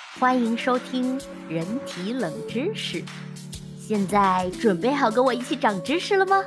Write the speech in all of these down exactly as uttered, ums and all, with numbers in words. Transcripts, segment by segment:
欢迎收听人体冷知识。现在准备好跟我一起长知识了吗？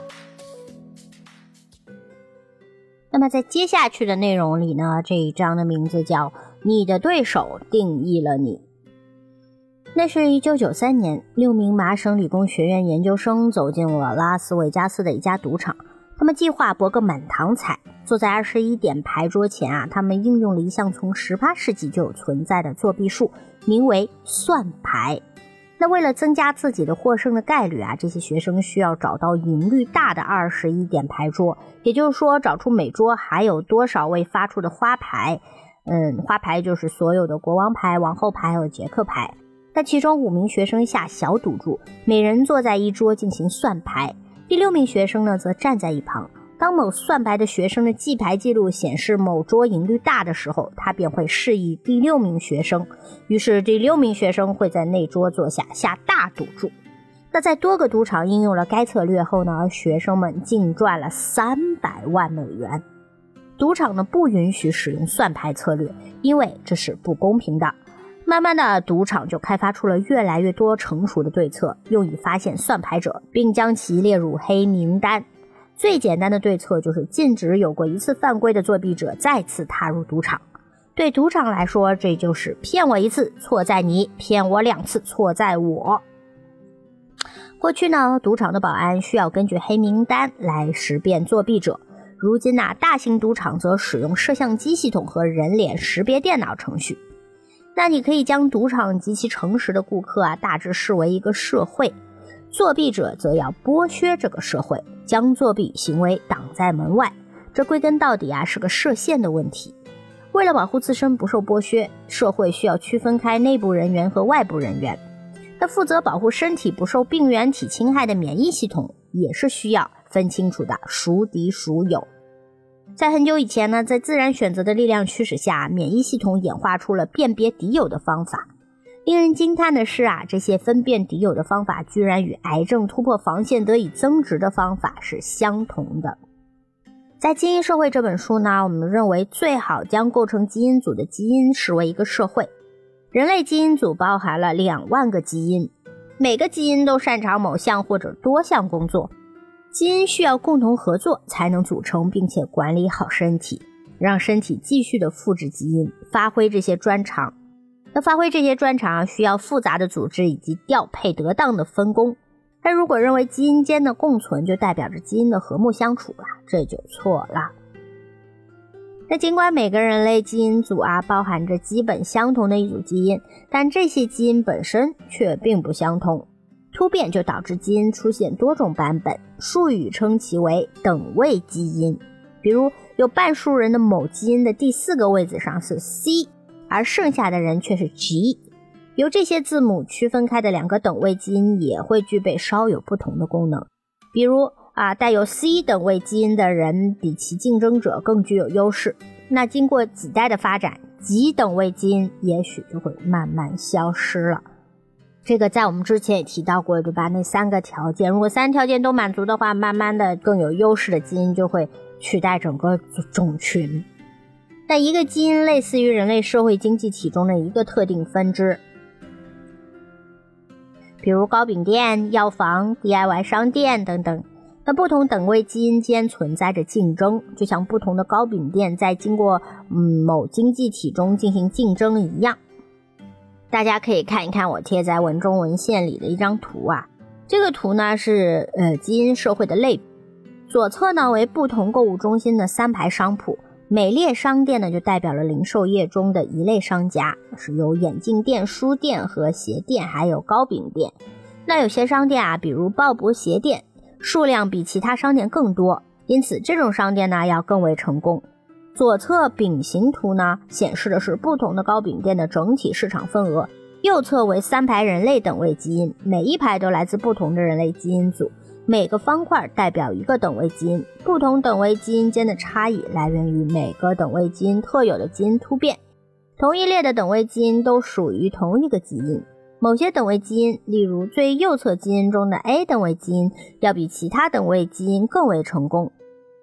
那么在接下去的内容里呢，这一章的名字叫你的对手定义了你。那是一九九三年，六名麻省理工学院研究生走进了拉斯维加斯的一家赌场，他们计划博个满堂彩。坐在二十一点牌桌前啊，他们应用了一项从十八世纪就有存在的作弊术，名为算牌。那为了增加自己的获胜的概率啊，这些学生需要找到赢率大的二十一点牌桌，也就是说找出每桌还有多少位发出的花牌。嗯，花牌就是所有的国王牌、王后牌还有杰克牌。那其中五名学生下小赌注，每人坐在一桌进行算牌。第六名学生呢则站在一旁，当某算牌的学生的记牌记录显示某桌赢率大的时候，他便会示意第六名学生，于是第六名学生会在那桌坐下下大赌注。那在多个赌场应用了该策略后呢，学生们净赚了三百万美元。赌场呢不允许使用算牌策略，因为这是不公平的。慢慢的，赌场就开发出了越来越多成熟的对策，用以发现算牌者，并将其列入黑名单。最简单的对策就是禁止有过一次犯规的作弊者再次踏入赌场。对赌场来说，这就是骗我一次错在你，骗我两次错在我。过去呢，赌场的保安需要根据黑名单来识别作弊者，如今呢，大型赌场则使用摄像机系统和人脸识别电脑程序。那你可以将赌场及其诚实的顾客啊，大致视为一个社会，作弊者则要剥削这个社会，将作弊行为挡在门外。这归根到底啊，是个设限的问题。为了保护自身不受剥削，社会需要区分开内部人员和外部人员。那负责保护身体不受病原体侵害的免疫系统也是需要分清楚的，孰敌孰友。在很久以前呢，在自然选择的力量驱使下，免疫系统演化出了辨别敌友的方法。令人惊叹的是啊，这些分辨敌友的方法居然与癌症突破防线得以增值的方法是相同的。在《基因社会》这本书呢，我们认为最好将构成基因组的基因视为一个社会。人类基因组包含了两万个基因，每个基因都擅长某项或者多项工作。基因需要共同合作才能组成并且管理好身体，让身体继续的复制基因，发挥这些专长。那发挥这些专长需要复杂的组织以及调配得当的分工。但如果认为基因间的共存就代表着基因的和睦相处啊，这就错了。那尽管每个人类基因组啊包含着基本相同的一组基因，但这些基因本身却并不相同。突变就导致基因出现多种版本，术语称其为等位基因。比如有半数人的某基因的第四个位子上是 C， 而剩下的人却是 G。 由这些字母区分开的两个等位基因也会具备稍有不同的功能。比如啊，带有 C 等位基因的人比其竞争者更具有优势。那经过几代的发展， G 等位基因也许就会慢慢消失了。这个在我们之前也提到过，对吧？那三个条件，如果三条件都满足的话，慢慢的更有优势的基因就会取代整个种群。但一个基因类似于人类社会经济体中的一个特定分支，比如糕饼店、药房、D I Y 商店等等。那不同等位基因间存在着竞争，就像不同的糕饼店在经过嗯某经济体中进行竞争一样。大家可以看一看我贴在文中文献里的一张图啊，这个图呢是呃基因社会的类比。左侧呢为不同购物中心的三排商铺，每列商店呢就代表了零售业中的一类商家，是由眼镜店、书店和鞋店还有糕饼店。那有些商店啊，比如鲍勃鞋店，数量比其他商店更多，因此这种商店呢要更为成功。左侧饼形图呢显示的是不同的糕饼店的整体市场份额，右侧为三排人类等位基因，每一排都来自不同的人类基因组，每个方块代表一个等位基因，不同等位基因间的差异来源于每个等位基因特有的基因突变。同一列的等位基因都属于同一个基因，某些等位基因，例如最右侧基因中的 A 等位基因，要比其他等位基因更为成功。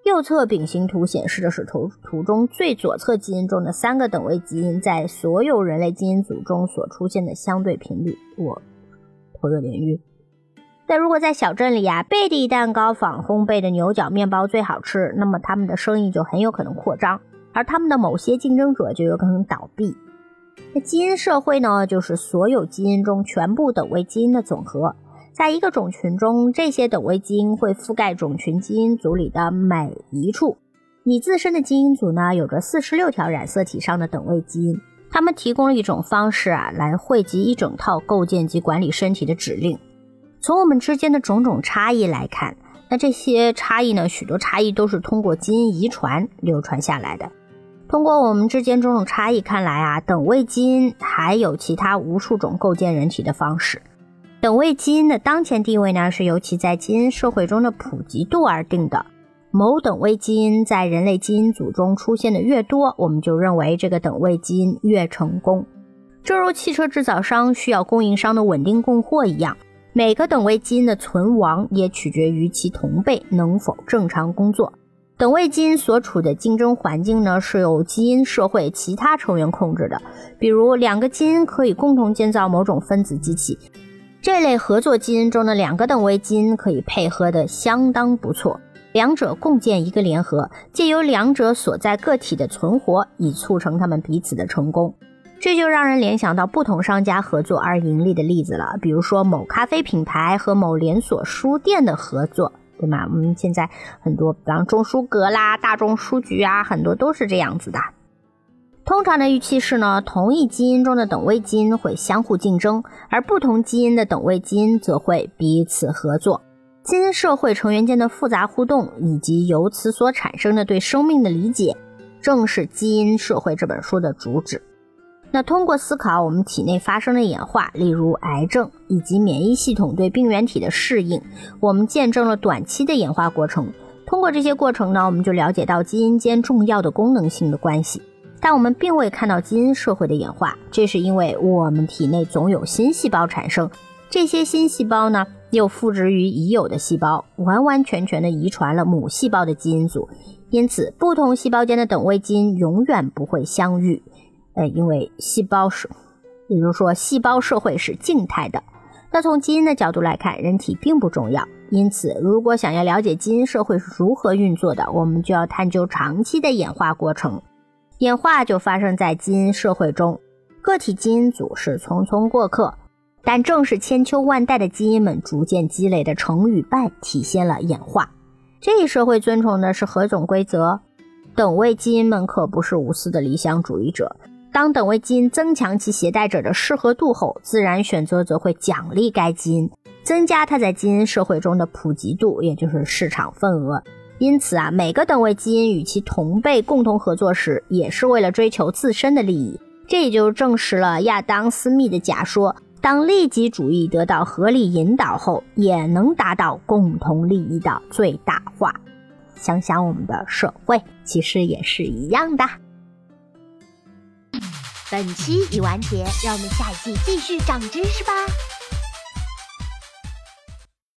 右侧饼形图显示的是图图中最左侧基因中的三个等位基因在所有人类基因组中所出现的相对频率。我头有点晕。但如果在小镇里啊，贝蒂蛋糕仿烘焙的牛角面包最好吃，那么他们的生意就很有可能扩张，而他们的某些竞争者就有可能倒闭。那基因社会呢，就是所有基因中全部等位基因的总和。在一个种群中，这些等位基因会覆盖种群基因组里的每一处。你自身的基因组呢，有着四十六条染色体上的等位基因，它们提供了一种方式啊，来汇集一整套构建及管理身体的指令。从我们之间的种种差异来看，那这些差异呢，许多差异都是通过基因遗传流传下来的。通过我们之间种种差异看来啊，等位基因还有其他无数种构建人体的方式。等位基因的当前地位呢，是由其在基因社会中的普及度而定的。某等位基因在人类基因组中出现的越多，我们就认为这个等位基因越成功。正如汽车制造商需要供应商的稳定供货一样，每个等位基因的存亡也取决于其同辈能否正常工作。等位基因所处的竞争环境呢，是由基因社会其他成员控制的，比如两个基因可以共同建造某种分子机器。这类合作基因中的两个等位基因可以配合得相当不错，两者共建一个联合，借由两者所在个体的存活，以促成他们彼此的成功。这就让人联想到不同商家合作而盈利的例子了，比如说某咖啡品牌和某连锁书店的合作，对吗？我们现在很多，比方中书阁啦、大众书局啊，很多都是这样子的。通常的预期是呢，同一基因中的等位基因会相互竞争，而不同基因的等位基因则会彼此合作。基因社会成员间的复杂互动，以及由此所产生的对生命的理解，正是《基因社会》这本书的主旨。那通过思考我们体内发生的演化，例如癌症以及免疫系统对病原体的适应，我们见证了短期的演化过程。通过这些过程呢，我们就了解到基因间重要的功能性的关系。但我们并未看到基因社会的演化，这是因为我们体内总有新细胞产生，这些新细胞呢，又复制于已有的细胞，完完全全地遗传了母细胞的基因组。因此，不同细胞间的等位基因永远不会相遇，呃，因为细胞是，也就是说，细胞社会是静态的。那从基因的角度来看，人体并不重要。因此，如果想要了解基因社会是如何运作的，我们就要探究长期的演化过程。演化就发生在基因社会中，个体基因组是匆匆过客，但正是千秋万代的基因们逐渐积累的成与败体现了演化。这一社会遵从的是何种规则？等位基因们可不是无私的理想主义者，当等位基因增强其携带者的适合度后，自然选择则会奖励该基因，增加它在基因社会中的普及度，也就是市场份额。因此啊，每个等位基因与其同辈共同合作时，也是为了追求自身的利益。这也就证实了亚当·斯密的假说，当利己主义得到合理引导后，也能达到共同利益的最大化。想想我们的社会，其实也是一样的。 本期已完结，让我们下一期继续长知识吧。